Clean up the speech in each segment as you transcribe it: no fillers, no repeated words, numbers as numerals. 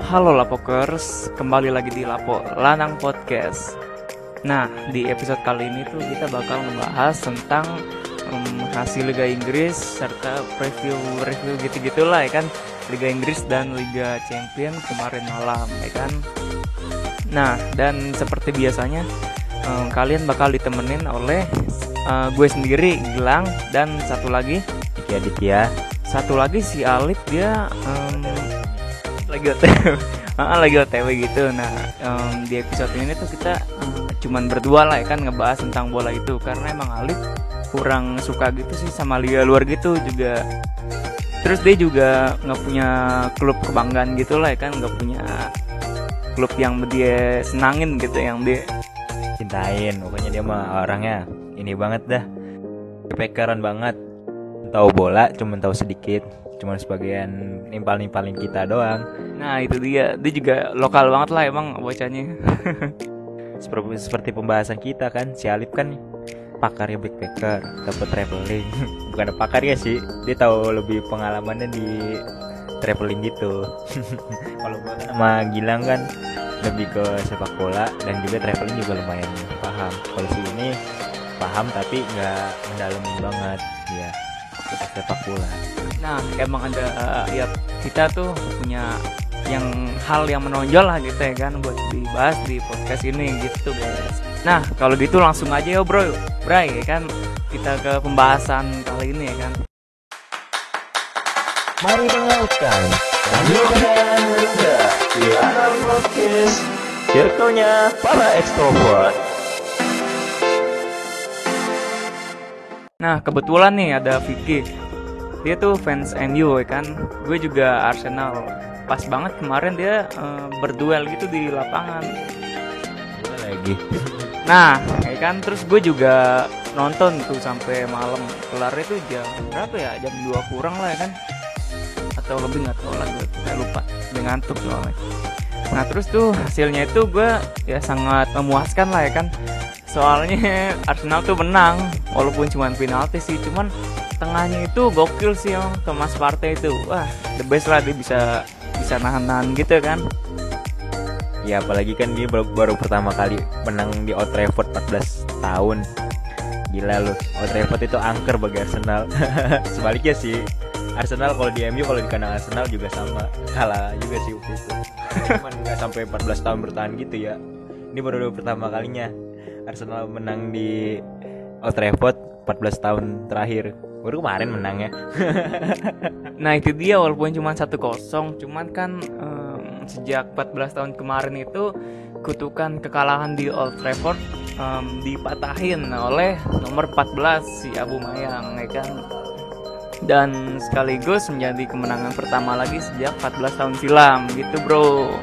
Halo Lapokers, kembali lagi di Lapo Lanang Podcast. Nah, di episode kali ini tuh kita bakal ngebahas tentang hasil Liga Inggris serta review gitu-gitulah ya kan, Liga Inggris dan Liga Champion kemarin malam ya kan. Nah, dan seperti biasanya kalian bakal ditemenin oleh gue sendiri Gilang dan satu lagi Aditya. Satu lagi si Alif, dia lagi OTW. Lagi OTW gitu. Nah, di episode ini tuh kita cuman berdua lah ya kan, ngebahas tentang bola itu, karena emang Alif kurang suka gitu sih sama liga luar gitu juga. Terus dia juga nggak punya klub kebanggaan gitu lah ya kan, nggak punya klub yang dia senangin gitu, yang dia Cintain. Pokoknya dia mah orangnya ini banget dah, kepekaran banget, tahu bola cuman tahu sedikit, cuman sebagian nimpalin kita doang. Nah itu dia juga lokal banget lah emang bocahnya. Seperti pembahasan kita kan, si Alif kan pakarnya backpacker, dapat traveling. Bukan pakarnya sih, dia tahu lebih pengalamannya di traveling gitu. Kalau gua kan sama Gilang kan lebih ke sepak bola dan juga traveling juga lumayan paham. Kalau si ini paham tapi nggak mendalami banget ya, kita sepak bola. Nah emang ada ya, kita tuh punya hal yang menonjol lah gitu ya kan, buat dibahas di podcast ini gitu guys. Nah kalau gitu langsung aja ya bray ya kan, kita ke pembahasan kali ini ya kan. Mari dengarkan Radio Kedatangan Muda di Anal Podcast, circle-nya para ekstrovert. Nah kebetulan nih ada Vicky, dia tuh fans MU ya kan, gue juga Arsenal. Pas banget kemarin dia berduel gitu di lapangan. Gue lagi. Nah ya kan, terus gue juga nonton tuh sampai malam. Kelarnya tuh jam berapa ya, jam 2 kurang lah ya kan, atau lebih nggak tahu lah, gue lupa, udah ngantuk soalnya. Nah terus tuh hasilnya itu gue ya sangat memuaskan lah ya kan, soalnya Arsenal tuh menang walaupun cuma penalti sih, cuman tengahnya itu gokil sih yang Thomas Partey itu, wah the best lah, dia bisa nahan gitu kan. Ya apalagi kan dia baru pertama kali menang di Old Trafford 14 tahun. Gila lu, Old Trafford itu angker bagi Arsenal. Sebaliknya sih, Arsenal kalau di MU, kalau di kandang Arsenal juga sama, kalah juga sih waktu itu. Cuman nggak sampai 14 tahun bertahan gitu ya. Ini baru pertama kalinya Arsenal menang di Old Trafford 14 tahun terakhir. Baru kemarin menangnya. Nah itu dia, walaupun cuma 1-0, cuman kan sejak 14 tahun kemarin itu kutukan kekalahan di Old Trafford dipatahin oleh nomor 14 si Abu Mayang ya kan, dan sekaligus menjadi kemenangan pertama lagi sejak 14 tahun silam gitu bro.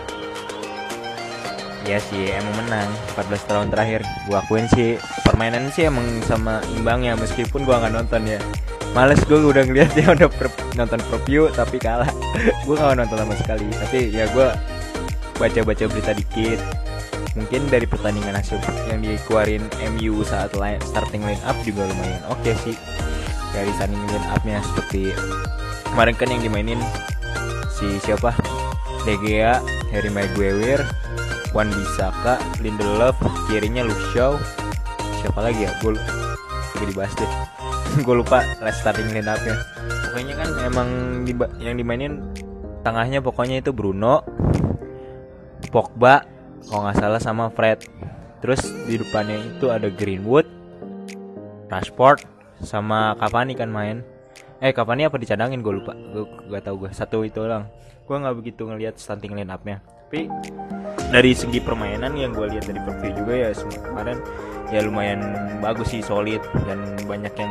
Ya sih emang menang 14 tahun terakhir. Gua akuin sih permainan sih emang sama imbangnya, meskipun gua nggak nonton ya. Males gue udah ngeliat dia udah nonton preview tapi kalah. Gue gak nonton sama sekali. Tapi ya gue baca-baca berita dikit. Mungkin dari pertandingan hasil yang dikeluarin MU saat starting line up juga lumayan oke sih. Dari starting line up-nya seperti kemarin kan yang dimainin si siapa? De Gea, Harry Maguire, Wan-Bissaka, Lindelof, kirinya Luke Shaw. Siapa lagi ya? Gue dibahas deh. Gue lupa last starting line up-nya. Pokoknya kan emang yang dimainin tengahnya pokoknya itu Bruno, Pogba, kalau nggak salah, sama Fred. Terus di depannya itu ada Greenwood, Rashford, sama Cavani kan main. Cavani apa dicadangin gue lupa. Gue gak tahu, gue satu itu lang. Gue nggak begitu ngelihat starting line up-nya. Tapi dari segi permainan yang gue lihat dari preview juga ya kemarin ya lumayan bagus sih, solid, dan banyak yang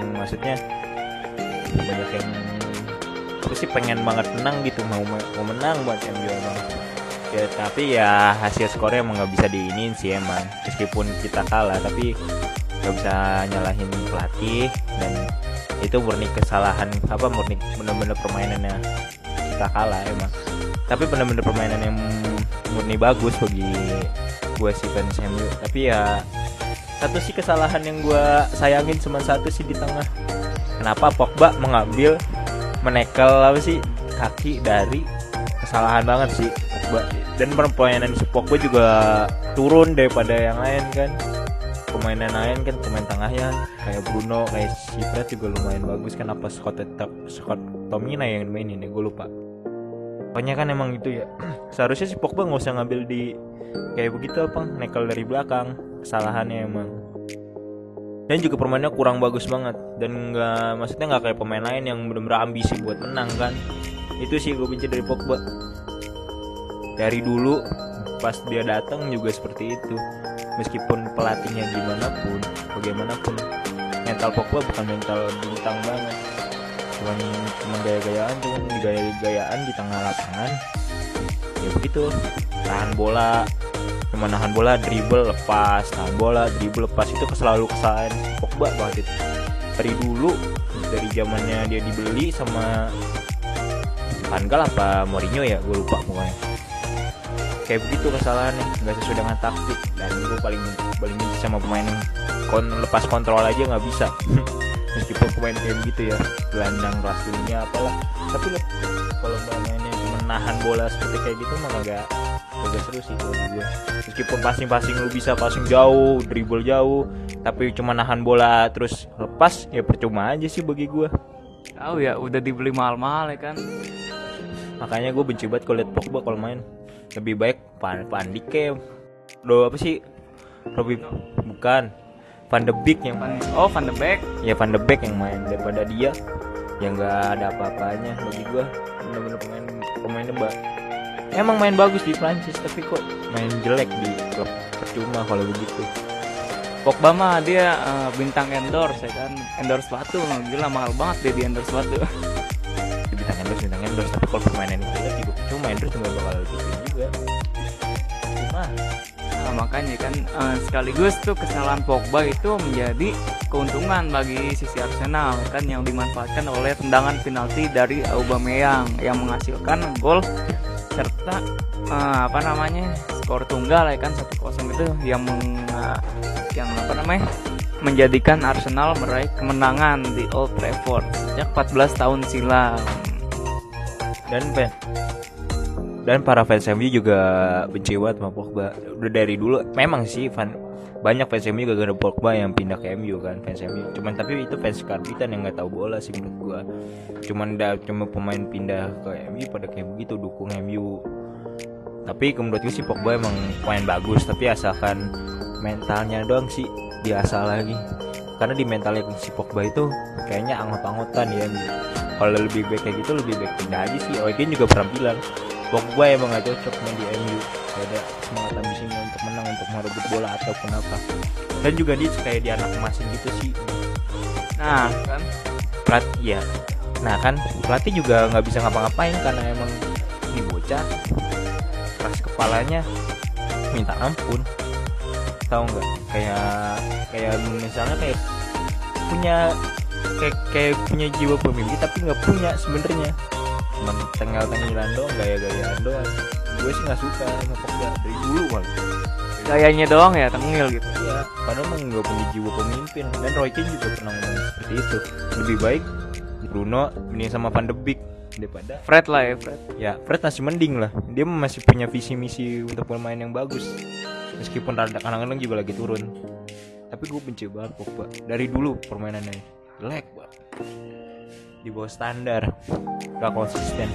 aku sih pengen banget menang gitu, mau menang buat MU emang ya. Tapi ya hasil skornya emang nggak bisa diinin sih emang, meskipun kita kalah tapi nggak bisa nyalahin pelatih, dan itu murni kesalahan murni bener-bener permainannya kita kalah emang. Tapi bener-bener permainan yang murni bagus bagi gue sih fans MU. Tapi ya satu sih kesalahan yang gue sayangin, cuma satu sih di tengah. Kenapa Pogba menekel kaki dari kesalahan banget sih Pogba. Dan permainan si Pogba juga turun daripada yang lain kan. Pemainan lain kan pemain tengahnya kayak Bruno, kayak si Fred juga lumayan bagus kan. Apa Scott Tomina yang mainin ya, gue lupa. Pokoknya kan emang gitu ya. Seharusnya si Pogba nggak usah ngambil di kayak begitu apa, nekel dari belakang. Kesalahannya emang. Dan juga permainnya kurang bagus banget. Dan maksudnya nggak kayak pemain lain yang benar-benar ambisi buat menang kan. Itu sih gue benci dari Pogba. Dari dulu pas dia datang juga seperti itu. Meskipun pelatihnya bagaimanapun, mental Pogba bukan mental bintang banget. Cuman gaya-gayaan, gaya-gayaan di tengah lapangan. Ya begitu, tahan bola, cuma nahan bola, dribble lepas, tahan bola, dribble lepas. Itu selalu kesalahan Pogba banget itu. Dari dulu, dari zamannya dia dibeli sama Van Gaal apa Mourinho ya, gue lupa pokoknya. Kayak begitu kesalahannya, nggak sesuai dengan taktik. Dan gue paling benci sama pemain yang lepas kontrol aja nggak bisa. Meskipun pemain kayak gitu ya, gelandang kelas dunia apalah. Tapi kalau mainnya cuma nahan bola seperti kayak gitu mah agak seru sih kalau gue. Meskipun passing lu bisa passing jauh, dribble jauh, tapi cuma nahan bola terus lepas, ya percuma aja sih bagi gue. Tahu ya, udah dibeli mahal-mahal ya kan. Makanya gue benci banget kalau liat Pogba kalau main. Lebih baik Van Dijk ya. Apa sih? Bukan Van de Beek yang main. Oh, Van de Beek. Ya Van de Beek yang main daripada dia yang nggak ada apa-apanya bagi gue. Bener-bener pemainnya emang main bagus di Prancis, tapi kok main jelek di klub. Percuma kalau begitu. Pogba mah dia bintang endorse ya kan. Endorse sepatu, gila mahal banget dia di endorse sepatu. Bintang endorse, tapi kalau permainan itu juga cuma endorse juga bakal gitu juga. Nah, makanya kan sekaligus tuh kesalahan Pogba itu menjadi keuntungan bagi sisi Arsenal kan, yang dimanfaatkan oleh tendangan penalti dari Aubameyang yang menghasilkan gol serta skor tunggal ya kan 1-0 itu yang menjadikan Arsenal meraih kemenangan di Old Trafford sejak 14 tahun silam. Dan para fans MU juga benci banget sama Pogba. Udah dari dulu memang sih banyak fans MU juga gara Pogba yang pindah ke MU kan, fans MU. Tapi itu fans karbitan yang nggak tahu bola sih menurut gua. Cuma pemain pindah ke MU pada kayak begitu dukung MU. Tapi menurut gue sih Pogba emang main bagus, tapi asalkan mentalnya doang sih diasah lagi. Karena di mentalnya si Pogba itu kayaknya anggot-anggotan ya. Kalau lebih baik kayak gitu lebih baik pindah aja sih. Ogen juga pernah bilang Pogba emang gak cocok main di MU. Ada semangat ambisinya untuk menang, untuk merebut bola ataupun apa. Dan juga dia kayak di anak emasin gitu sih. Nah kan pelatih ya. Nah kan pelatih juga nggak bisa ngapa-ngapain karena emang ini bocah keras kepalanya minta ampun. Tahu nggak? Kayak misalnya kayak punya jiwa pemimpin tapi nggak punya sebenarnya. Cuman tengil-tengilan doang, gaya-gayaan doang. Gue sih nggak suka sama Pogba dari dulu malah. gayanya doang ya tengil gitu. Iya, padahal emang nggak punya jiwa pemimpin. Dan Roy Keane juga pernah ngomong seperti itu. Lebih baik Bruno mending sama Van de Beek daripada Fred lah ya Fred. Ya Fred masih mending lah. Dia masih punya visi misi untuk bermain yang bagus. Meskipun rada kadang-kadang juga lagi turun. Tapi gue benci banget Pogba. Dari dulu permainannya jelek banget. Di bawah standar, gak konsisten.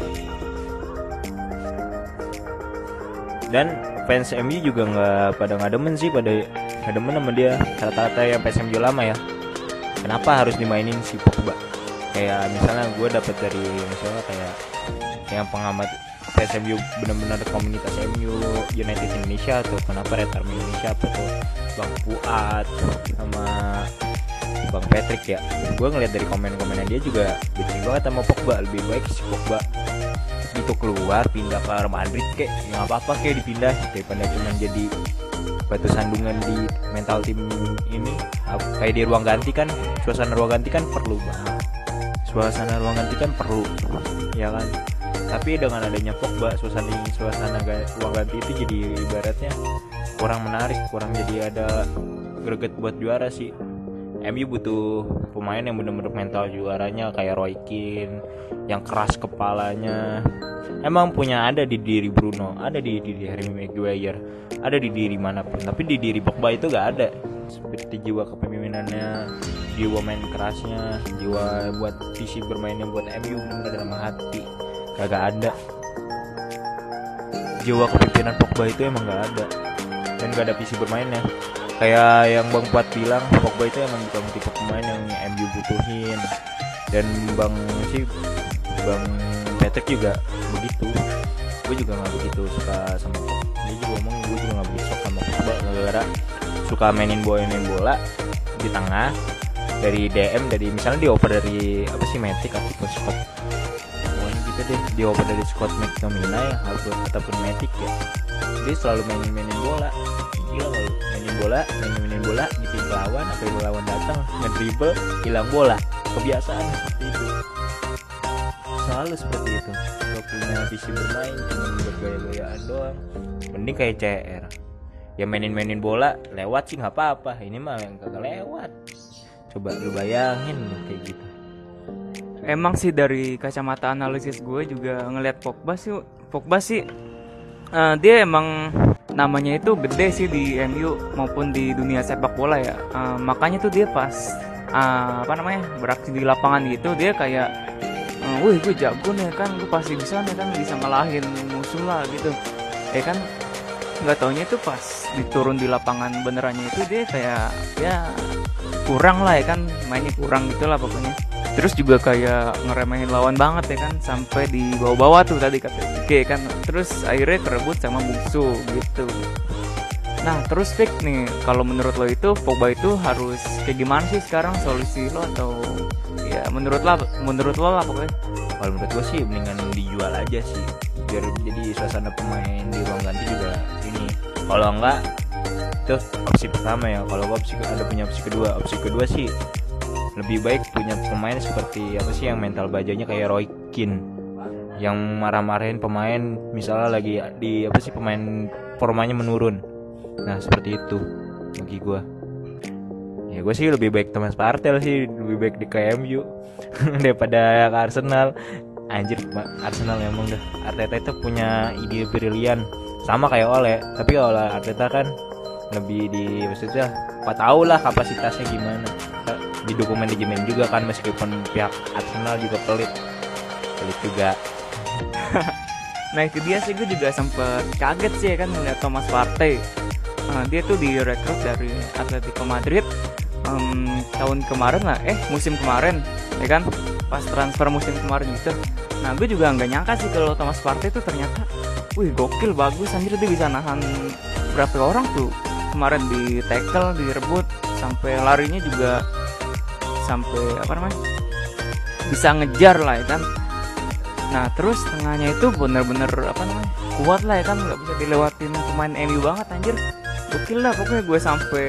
Dan fans MU juga nggak demen sih, pada nggak demen sama dia. Rata-rata yang fans MU lama ya, kenapa harus dimainin si Pogba? Kayak misalnya gue dapet dari misalnya kayak yang pengamat fans MU, benar-benar komunitas MU United Indonesia atau kenapa Red Army Indonesia apa tuh Bang Fuad sama Bang Patrick ya. Gue ngeliat dari komen-komenan dia juga benci banget sama Pogba. Lebih baik si Pogba itu keluar pindah ke Real Madrid kayak nggak apa-apa kayak dipindah daripada cuma jadi batu sandungan di mental tim ini. Kayak di ruang ganti kan, suasana ruang ganti kan perlu banget. Suasana ruang ganti kan perlu, ya kan. Tapi dengan adanya Pogba, suasana ruang ganti itu jadi ibaratnya kurang menarik, kurang jadi ada greget buat juara sih. MU butuh pemain yang bener-bener mental juaranya kayak Roy Keane, yang keras kepalanya. Emang punya ada di diri Bruno, ada di diri Harry Maguire, ada di diri manapun. Tapi di diri Pogba itu gak ada. Seperti jiwa kepemimpinannya, jiwa main kerasnya, jiwa buat visi bermainnya buat MU bener-bener dalam hati. Kagak ada. Jiwa kepemimpinan Pogba itu emang gak ada. Dan gak ada visi bermainnya. Kayak yang Bang Pat bilang, Pogba itu emang bukan tipe pemain yang MU butuhin. Dan Bang Patrick juga begitu. Gue juga nggak begitu suka sama Pogba. Dia juga ngomong gue juga nggak begitu suka sama Pogba gara-gara suka mainin bola di tengah dari DM, dari misalnya dioper dari apa sih Matic atau Scott, pokoknya gitu deh, dioper dari Scott McTominay ataupun Matic ya. Dia selalu mainin bola. Gila kalau mainin bola gitu lawan, apa yang lawan datang ngedribble hilang bola, kebiasaan seperti itu, selalu seperti itu. Gak punya visi bermain, cuma bergaya-gayaan doang. Mending kayak CR ya, mainin bola lewat sih nggak apa-apa, ini mah yang kagak lewat. Coba lu bayangin kayak gitu. Emang sih dari kacamata analisis gue juga ngelihat Pogba sih dia emang namanya itu gede sih di MU maupun di dunia sepak bola ya. Makanya tuh dia pas beraksi di lapangan gitu, dia kayak wih gue jago nih kan, gue pasti bisa nih kan, bisa ngalahin musuh lah gitu ya kan. Nggak taunya itu pas diturun di lapangan benerannya itu dia kayak ya kurang lah ya kan, mainnya kurang gitu lah pokoknya. Terus juga kayak ngeremehin lawan banget ya kan, sampai di bawah-bawah tuh tadi kata Oke kan. Terus akhirnya kerebut sama musuh gitu. Nah terus Fik nih, kalau menurut lo itu Pogba itu harus kayak gimana sih sekarang solusi lo, atau ya menurut lo lah pokoknya. Kalau menurut gue sih mendingan dijual aja sih, biar jadi suasana pemain di ruang ganti juga ini. Kalau enggak itu opsi pertama ya. Kalau gue ada punya opsi kedua. Opsi kedua sih lebih baik punya pemain seperti apa sih yang mental bajanya kayak Roy Keane, yang marah-marahin pemain misalnya lagi di apa sih pemain formanya menurun. Nah seperti itu bagi gue. Ya gue sih lebih baik Thomas Partey sih, lebih baik di KMU daripada ke Arsenal. Anjir, Arsenal emang dah. Arteta itu punya ide brilian sama kayak Ole, tapi Ole Arteta kan lebih di maksudnya tahu lah kapasitasnya gimana. Didukung manajemen juga kan, meskipun pihak Arsenal juga pelit juga. Nah itu dia sih, gue juga sempet kaget sih ya kan ngeliat Thomas Partey. Dia tuh direkrut dari Atletico Madrid tahun kemarin lah, musim kemarin ya kan, pas transfer musim kemarin gitu. Nah gue juga nggak nyangka sih kalau Thomas Partey tuh ternyata wih gokil, bagus anjir. Dia bisa nahan berapa orang tuh kemarin, di tackle, direbut, sampai larinya juga sampai bisa ngejar lah ya kan. Nah terus tengahnya itu bener-bener kuat lah ya kan, nggak bisa dilewatin pemain MU banget anjir. Gokil lah pokoknya. Gue sampai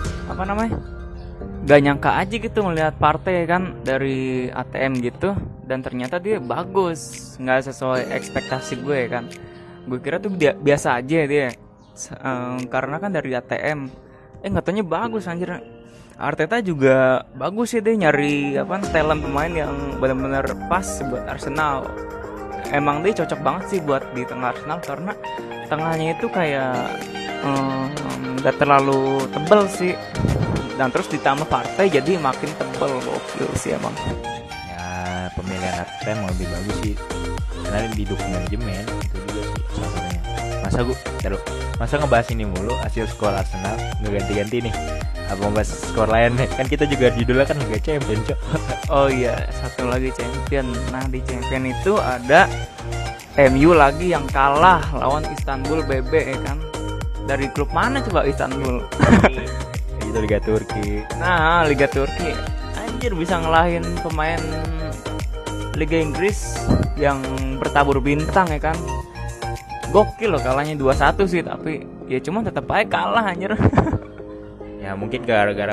gak nyangka aja gitu ngelihat Partey ya kan dari ATM gitu, dan ternyata dia bagus, nggak sesuai ekspektasi gue ya kan. Gue kira tuh dia biasa aja dia, karena kan dari ATM nggak taunya bagus anjir. Arteta juga bagus sih, dia nyari talent pemain yang benar-benar pas buat Arsenal. Emang dia cocok banget sih buat di tengah Arsenal, karena tengahnya itu kayak gak terlalu tebel sih, dan terus ditambah Partey jadi makin tebel. Gokil sih emang. Ya pemilihan Arteta emang lebih bagus sih, karena didukung manajemen itu juga sih satunya. Masa ngebahas ini mulu hasil skor Arsenal, nggak ganti-ganti nih. Apa ngebahas skor lain nih? Kan kita juga judulnya kan Liga Champion, Cok. Oh iya, satu lagi Champion. Nah di Champion itu ada MU lagi yang kalah lawan Istanbul BB ya kan. Dari klub mana coba Istanbul? Itu Liga Turki. Nah Liga Turki, anjir bisa ngelahin pemain Liga Inggris yang bertabur bintang ya kan. Gokil loh, kalahnya 2-1 sih, tapi ya cuma tetap aja kalah anjir. Ya mungkin gara-gara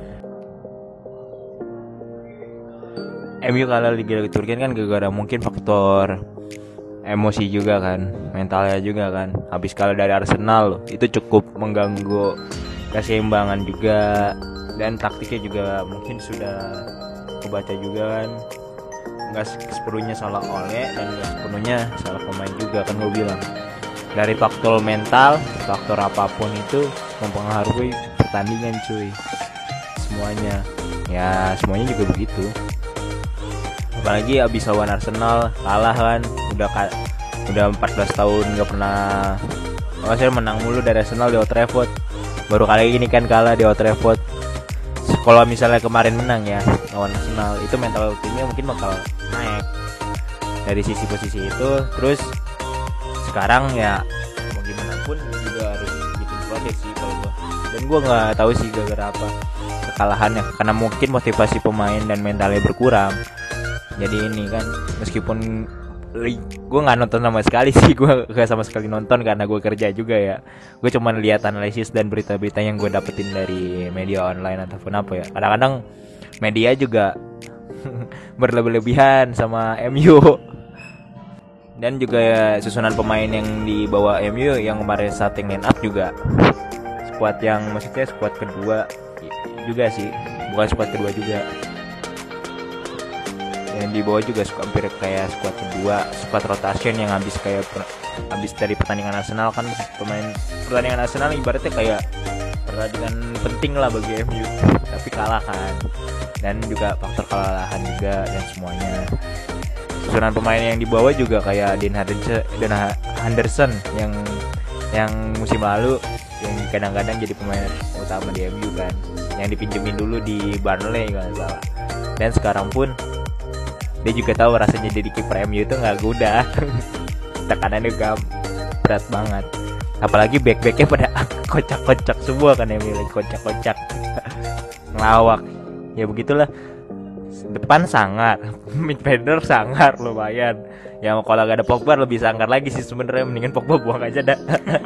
MU kalah Liga Turki kan gara-gara mungkin faktor emosi juga kan, mentalnya juga kan. Habis kalah dari Arsenal loh, itu cukup mengganggu keseimbangan juga, dan taktiknya juga mungkin sudah kebaca juga kan. Nggak sepenuhnya salah Ole dan nggak sepenuhnya salah pemain juga kan. Gue bilang dari faktor mental, faktor apapun itu mempengaruhi pertandingan cuy, semuanya ya, semuanya juga begitu. Apalagi abis lawan Arsenal kalah kan, udah 14 tahun nggak pernah, maksudnya menang mulu dari Arsenal di Old Trafford, baru kali ini kan kalah di Old Trafford. Kalau misalnya kemarin menang ya lawan Arsenal, itu mental timnya mungkin bakal naik dari sisi posisi itu. Terus sekarang ya mau gimana pun juga harus bikin proses sih kalau gua. Dan gua nggak tahu sih gara-gara apa kekalahannya, karena mungkin motivasi pemain dan mentalnya berkurang. Jadi ini kan, meskipun gue nggak nonton sama sekali sih, gue gak sama sekali nonton karena gue kerja juga ya. Gue cuma lihat analisis dan berita-berita yang gue dapetin dari media online ataupun apa ya. Kadang-kadang media juga berlebihan sama MU. Dan juga ya, susunan pemain yang dibawa MU yang kemarin starting line up juga squad yang maksudnya squad kedua juga sih, bukan squad kedua juga. Yang di bawah juga hampir kayak squad kedua, squad rotation yang habis dari pertandingan Arsenal kan. Pertandingan Arsenal ibaratnya kayak pertandingan penting lah bagi MU, tapi kalah kan. Dan juga faktor kelelahan juga dan semuanya. Susunan pemain yang dibawa juga kayak Dean Henderson yang musim lalu yang kadang-kadang jadi pemain utama di MU kan, yang dipinjemin dulu di Burnley kalau salah. Dan sekarang pun dia juga tahu rasanya jadi kiper MU itu nggak mudah. Tekanannya juga berat banget. Apalagi back-backnya pada kocak-kocak semua kan, MU lagi kocak-kocak ngelawak. Ya begitulah. Depan sangar, midfielder sangar lumayan. Ya kalau gak ada Pogba lebih sangar lagi sih sebenarnya, mendingan Pogba buang aja dah.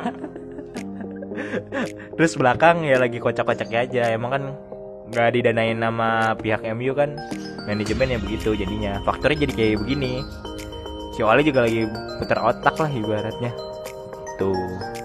Terus belakang ya lagi kocak-kocaknya aja. Emang kan nggak didanain nama pihak MU kan, manajemen ya begitu jadinya, faktornya jadi kayak begini. Si Ole juga lagi putar otak lah ibaratnya tuh.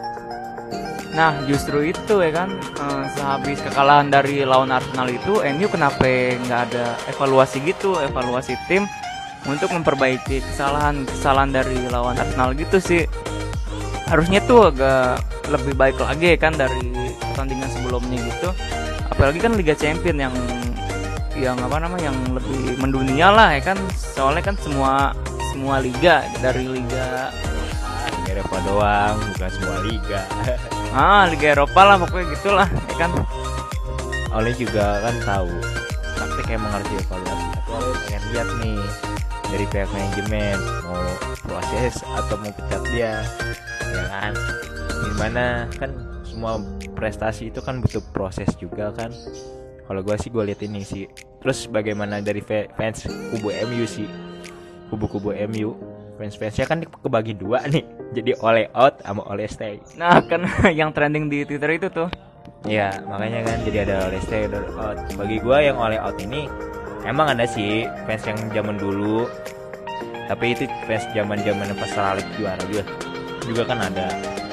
Nah justru itu ya kan, sehabis kekalahan dari lawan Arsenal itu, MU kenapa nggak ada evaluasi tim untuk memperbaiki kesalahan dari lawan Arsenal gitu sih. Harusnya tuh agak lebih baik lagi kan dari pertandingan sebelumnya gitu. Apalagi kan Liga Champion yang lebih mendunia lah ya kan. Soalnya kan semua liga, dari Liga Eropa doang, bukan semua liga. Liga Eropa lah pokoknya gitulah ya kan. Oleh juga kan tahu taktik emang harus dievaluasi. Tapi Oleh pengen lihat nih dari pihak manajemen mau proses atau mau pecat dia, ya kan. Gimana kan, semua prestasi itu kan butuh proses juga kan. Kalau gue lihat ini sih. Terus bagaimana dari fans kubu MU sih, kubu MU, fans-fansnya kan kebagi dua nih, jadi Ole out sama Ole stay. Nah kan yang trending di Twitter itu tuh. Ya makanya kan jadi ada Ole stay, Ole out. Bagi gue yang Ole out ini emang ada sih fans yang zaman dulu, tapi itu fans zaman pas Sir Alex juara juga kan ada.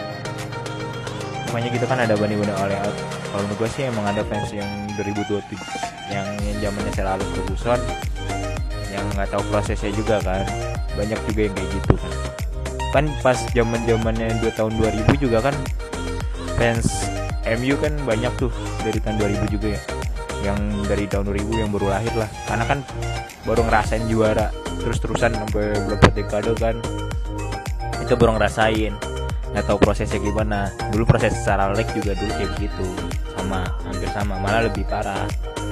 Makanya gitu kan ada banding-banding Ole out. Kalau menurut gue sih emang ada fans yang 2027 yang zamannya Sir Alex Ferguson yang nggak tahu prosesnya juga kan. Banyak juga yang kayak gitu kan pas zamannya 2 tahun 2000 juga kan fans MU kan banyak tuh dari tahun 2000 juga ya, yang dari tahun 2000 yang baru lahir lah, karena kan baru ngerasain juara terus-terusan sampai beberapa dekade kan, itu baru ngerasain, nggak tahu prosesnya gimana. Dulu proses secara leg juga dulu kayak begitu, hampir sama, malah lebih parah.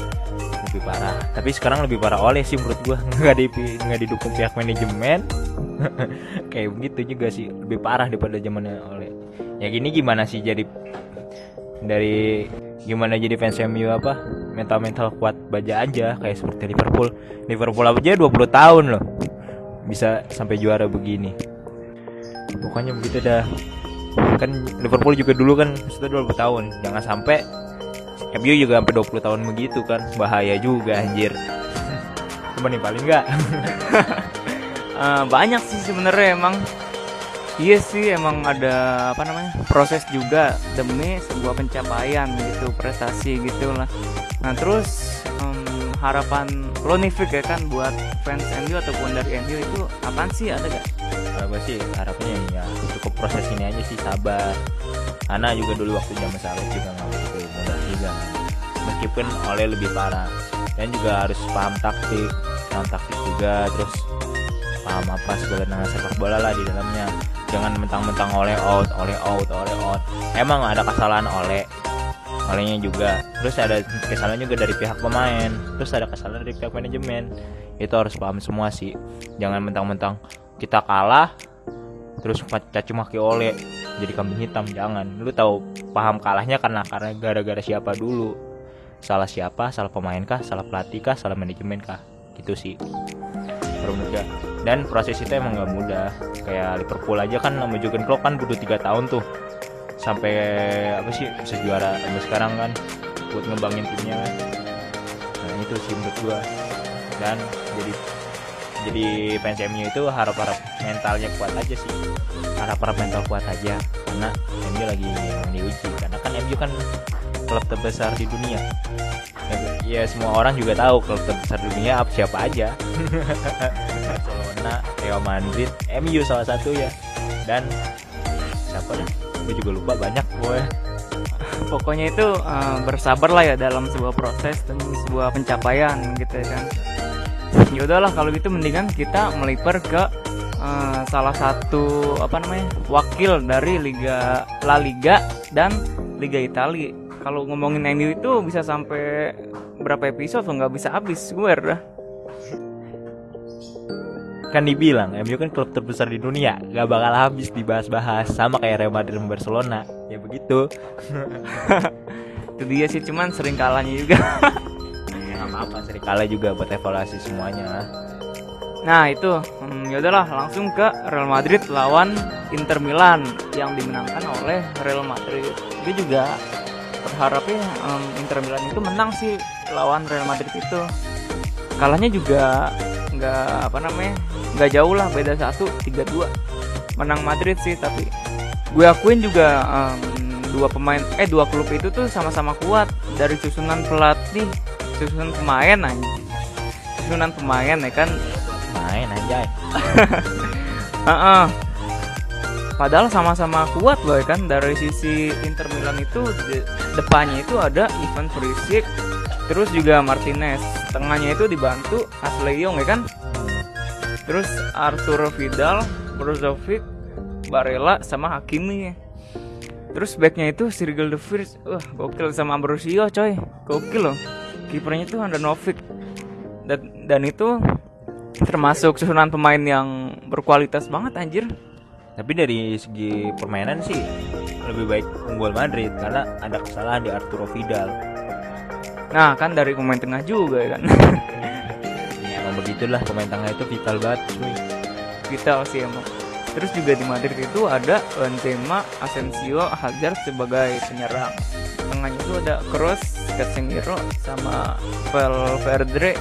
Tapi sekarang lebih parah Oleh sih menurut gua, nggak didukung pihak manajemen. Kayak begitu juga sih, lebih parah daripada zamannya Oleh. Ya gini gimana sih jadi fans MU apa mental kuat baja aja, kayak seperti Liverpool aja 20 tahun loh bisa sampai juara begini. Pokoknya begitu dah. Kan Liverpool juga dulu kan sudah 20 tahun, jangan sampai MU juga sampai 20 tahun begitu kan, bahaya juga anjir. Cuma nih paling enggak. Banyak sih sebenarnya emang Iya sih, emang ada apa namanya, proses juga demi sebuah pencapaian gitu, prestasi gitulah. Nah terus harapan lo nih Fik, ya kan, buat fans MU ataupun dari MU itu apaan sih, ada gak? Kalau gue sih harapannya ya cukup proses ini aja sih, sabar. Karena juga dulu waktu zaman Saleh juga nggak begitu mudah juga, meskipun oleh lebih parah. Dan juga harus paham taktik juga, terus paham apa segala dengan sepak bola lah di dalamnya. Jangan mentang-mentang oleh out. Emang ada kesalahan olehnya juga, terus ada kesalahan juga dari pihak pemain, terus ada kesalahan dari pihak manajemen. Itu harus paham semua sih. Jangan mentang-mentang kita kalah terus caci maki oleh jadi kambing hitam, jangan. Lu tahu paham kalahnya karena gara-gara siapa dulu. Salah siapa? Salah pemain kah? Salah pelatih kah? Salah manajemen kah? Gitu sih. Mudah. Dan proses itu emang gak mudah. Kayak Liverpool aja kan sama Jurgen Klopp kan butuh 3 tahun tuh sampai apa sih bisa juara sampai sekarang kan, buat ngembangin timnya kan. Nah itu sih menurut gua. Dan jadi fans MU itu harap mentalnya kuat aja sih. Harap mental kuat aja karena MU lagi diuji. Karena kan MU kan klub terbesar di dunia. Ya semua orang juga tahu klub terbesar di dunia siapa aja. Barcelona, Real Madrid, MU salah satu ya. Dan siapa dah? Gue juga lupa, banyak gue. Pokoknya itu bersabar lah ya dalam sebuah proses dan sebuah pencapaian gitu ya kan. Ya udahlah kalau gitu, mendingan kita melipir ke salah satu apa namanya, wakil dari Liga La Liga dan Liga Italia. Kalau ngomongin MU itu bisa sampai berapa episode, nggak bisa habis gue dah. Kan dibilang MU kan klub terbesar di dunia, gak bakal habis dibahas-bahas, sama kayak Real Madrid dan Barcelona. Ya begitu. Itu dia sih, cuman sering kalahnya juga. Ya gak apa-apa, sering kalah juga buat evaluasi semuanya. Nah itu ya udahlah, langsung ke Real Madrid lawan Inter Milan yang dimenangkan oleh Real Madrid. Dia juga berharapnya Inter Milan itu menang sih lawan Real Madrid itu. Kalahnya juga nggak jauh lah, beda 1-3-2 menang Madrid sih. Tapi gue akuin juga dua klub itu tuh sama-sama kuat dari susunan pelatih, susunan pemain ya kan, main aja. Padahal sama-sama kuat loh ya kan. Dari sisi Inter Milan itu depannya itu ada Ivan Perisic, terus juga Martinez, tengahnya itu dibantu Ashley Young ya kan, terus Arturo Vidal, Brozovic, Barella sama Hakimi. Terus backnya itu Sergio De Vrij, gokil, sama Ambrosio coy, gokil loh. Kipernya itu Handanovic. Dan itu termasuk susunan pemain yang berkualitas banget anjir. Tapi dari segi permainan sih lebih baik unggul Madrid karena ada kesalahan di Arturo Vidal. Nah kan dari pemain tengah juga ya kan. Ya emang begitulah, pemain tengah itu vital banget cuy. Vital sih emang. Terus juga di Madrid itu ada Benzema, Asensio, Hazard sebagai penyerang. Tengahnya itu ada Kroos, Casemiro sama Valverde.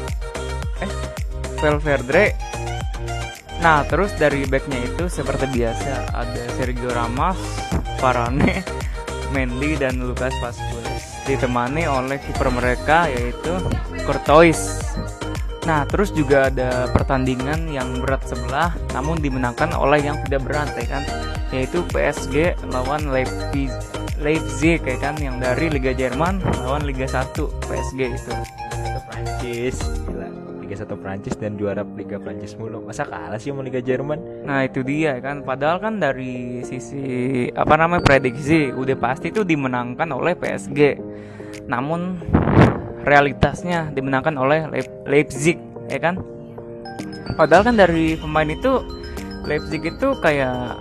Nah terus dari backnya itu seperti biasa ada Sergio Ramos, Varane, Mendy dan Lucas Vazquez, ditemani oleh kiper mereka yaitu Courtois. Nah terus juga ada pertandingan yang berat sebelah namun dimenangkan oleh yang tidak berat ya kan, yaitu PSG lawan Leipzig ya kan, yang dari Liga Jerman lawan Liga 1 PSG itu. Prancis, gila. Liga 1 Prancis dan juara Liga Prancis mulu. Masa kalah sih sama Liga Jerman? Nah itu dia kan. Padahal kan dari sisi prediksi udah pasti itu dimenangkan oleh PSG. Namun realitasnya dimenangkan oleh Leipzig ya kan. Padahal kan dari pemain itu Leipzig itu kayak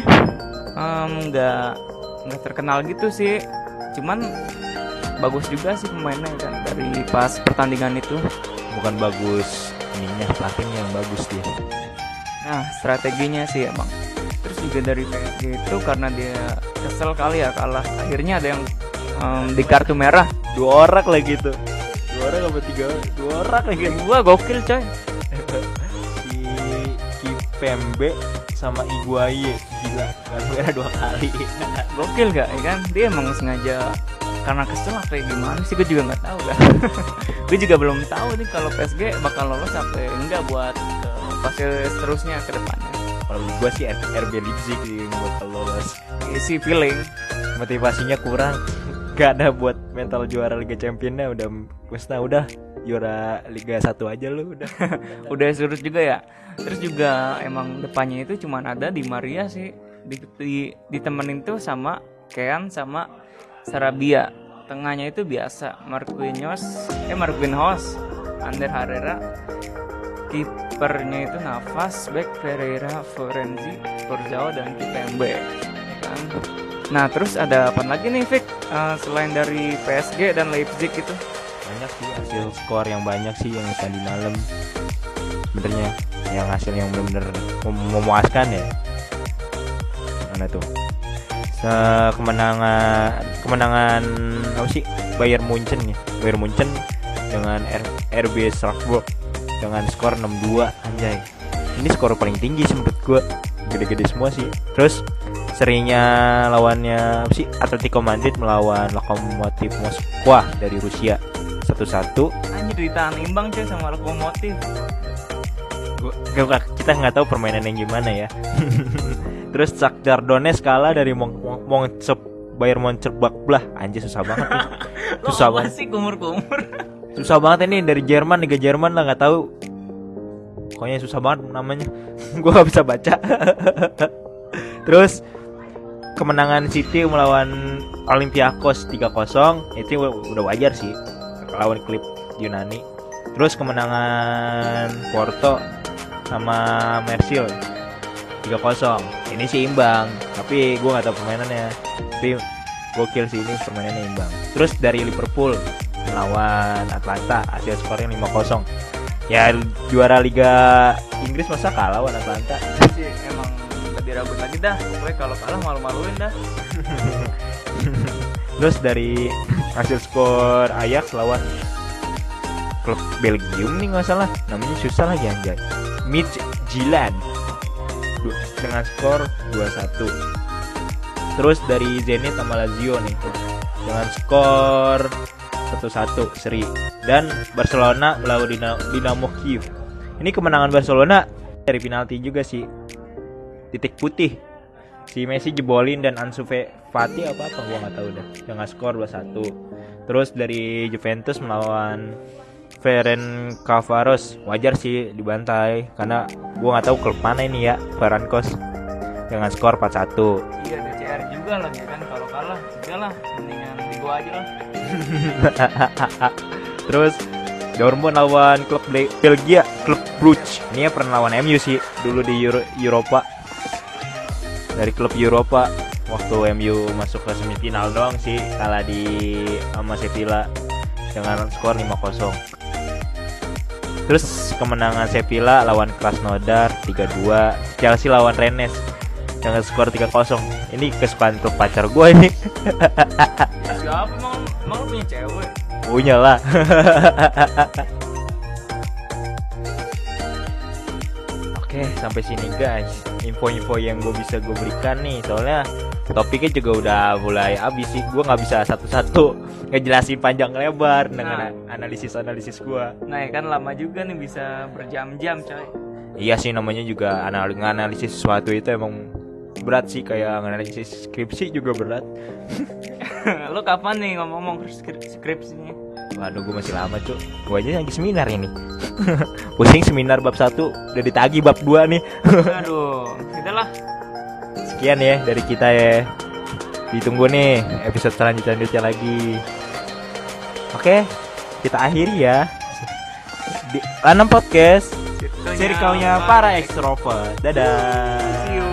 nggak terkenal gitu sih. Cuman bagus juga sih pemainnya kan dari pas pertandingan itu. Bukan bagus ininya, pelatihnya yang bagus dia. Nah strateginya sih emang. Terus juga dari PSG itu karena dia kesel kali ya kalah, akhirnya ada yang di kartu merah 2 orang lagi tuh. 2 orang apa 3 2 orang lagi. Gua gokil coy. Si Kipembe sama Higuaín. Gila, kartu merah 2 kali. Gokil gak ya kan, dia emang sengaja karena kesel apa ya gimana sih, gue juga nggak tahu kan. Gue juga belum tahu nih kalau PSG bakal lolos apa enggak buat ke fase seterusnya ke depannya. Kalau gue sih RB Leipzig sih yang bakal lolos. Isi feeling Motivasinya kurang, gak ada buat mental juara Liga Championnya. Udah juara Liga 1 aja lu udah. udah surut juga ya. Terus juga emang depannya itu cuman ada Di Maria sih, ditemenin tuh sama Kean sama Sarabia. Tengahnya itu biasa Marquinhos, Ander Herrera. Kipernya itu Navas, back Pereira, Florenzi, Corzao dan Kimpembe. Kan? Nah terus ada apa lagi nih Vic, selain dari PSG dan Leipzig itu? Banyak sih hasil skor yang banyak sih yang tadi malam. Sebenarnya yang hasil yang benar-benar memuaskan ya. Mana tuh? Kemenangan apa sih? Bayern Munchen nih. Bayern Munchen dengan RB Salzburg dengan skor 6-2. Anjay. Ini skor paling tinggi sih menurut gua. Gede-gede semua sih. Terus serinya lawannya apa sih? Atletico Madrid melawan Lokomotiv Moskwa dari Rusia 1-1. Anjir ditahan imbang cuy sama Lokomotiv. Kita nggak tahu permainan yang gimana ya. Terus Shakhtar Donetsk kalah dari Bayern Mönchengladbach. Anjir susah banget nih. Susah banget sih kumur-kumur. Susah banget ini dari Jerman, Liga Jerman lah, nggak tahu. Pokoknya susah banget namanya. Gua nggak bisa baca. Terus kemenangan City melawan Olympiakos 3-0 itu udah wajar sih, lawan klub Yunani. Terus kemenangan Porto sama Marseille 3-0. Ini sih imbang, tapi gue nggak tahu permainannya. Tapi gokil sih ini permainannya imbang. Terus dari Liverpool melawan Atlanta, hasil skornya 5-0. Ya juara Liga Inggris masa kalah lawan Atlanta? Sih emang lebih rabut lagi dah. Pokoknya kalau kalah malu-maluin dah. Terus dari hasil skor Ajax lawan klub Belgium nih nggak salah, namanya susah lagi anjay. Midtjylland dengan skor 2-1. Terus dari Zenit sama Lazio nih dengan skor 1-1 seri. Dan Barcelona melawan Dinamo Kiev. Ini kemenangan Barcelona dari penalti juga sih. Titik putih. Si Messi jebolin dan Ansu Fati apa gua nggak tahu dah. Dengan skor 2-1. Terus dari Juventus melawan Ferencvaros, wajar sih dibantai karena gua nggak tahu klub mana ini ya, Ferencvaros dengan skor 4-1. Iya DCR juga lah ya kan, kalau kalah udahlah mendingan di gua aja lah. Terus Dortmund lawan klub Belgia, klub Brugge. Ini ya pernah lawan MU sih dulu di Eropa. Dari klub Eropa waktu MU masuk ke semifinal doang sih, kalah di sama Sevilla dengan skor 5-0. Terus kemenangan Sevilla lawan Krasnodar 3-2. Chelsea lawan Rennes dengan skor 3-0. Ini kesukaan klub pacar gue ini. Siapa emang lu punya cewek? Punya lah. Oke, sampai sini guys. Info-info yang gue bisa gue berikan nih. Soalnya topiknya juga udah mulai habis sih. Gue nggak bisa satu-satu ngejelasin panjang lebar dengan analisis gue. Nah ya kan lama juga nih, bisa berjam-jam coy. Iya sih, namanya juga analisis sesuatu itu emang berat sih, kayak analisis skripsi juga berat. Lo kapan nih ngomong skripsinya? Waduh, gue masih lama cuy. Gue aja lagi seminar ini. Pusing seminar bab 1 udah ditagi bab 2 nih. Aduh, udahlah. Sekian ya dari kita ya. Ditunggu nih episode selanjutnya lagi. Oke, kita akhiri ya di Lanam Podcast, circle-nya para ekstrovert. Dadah. See you.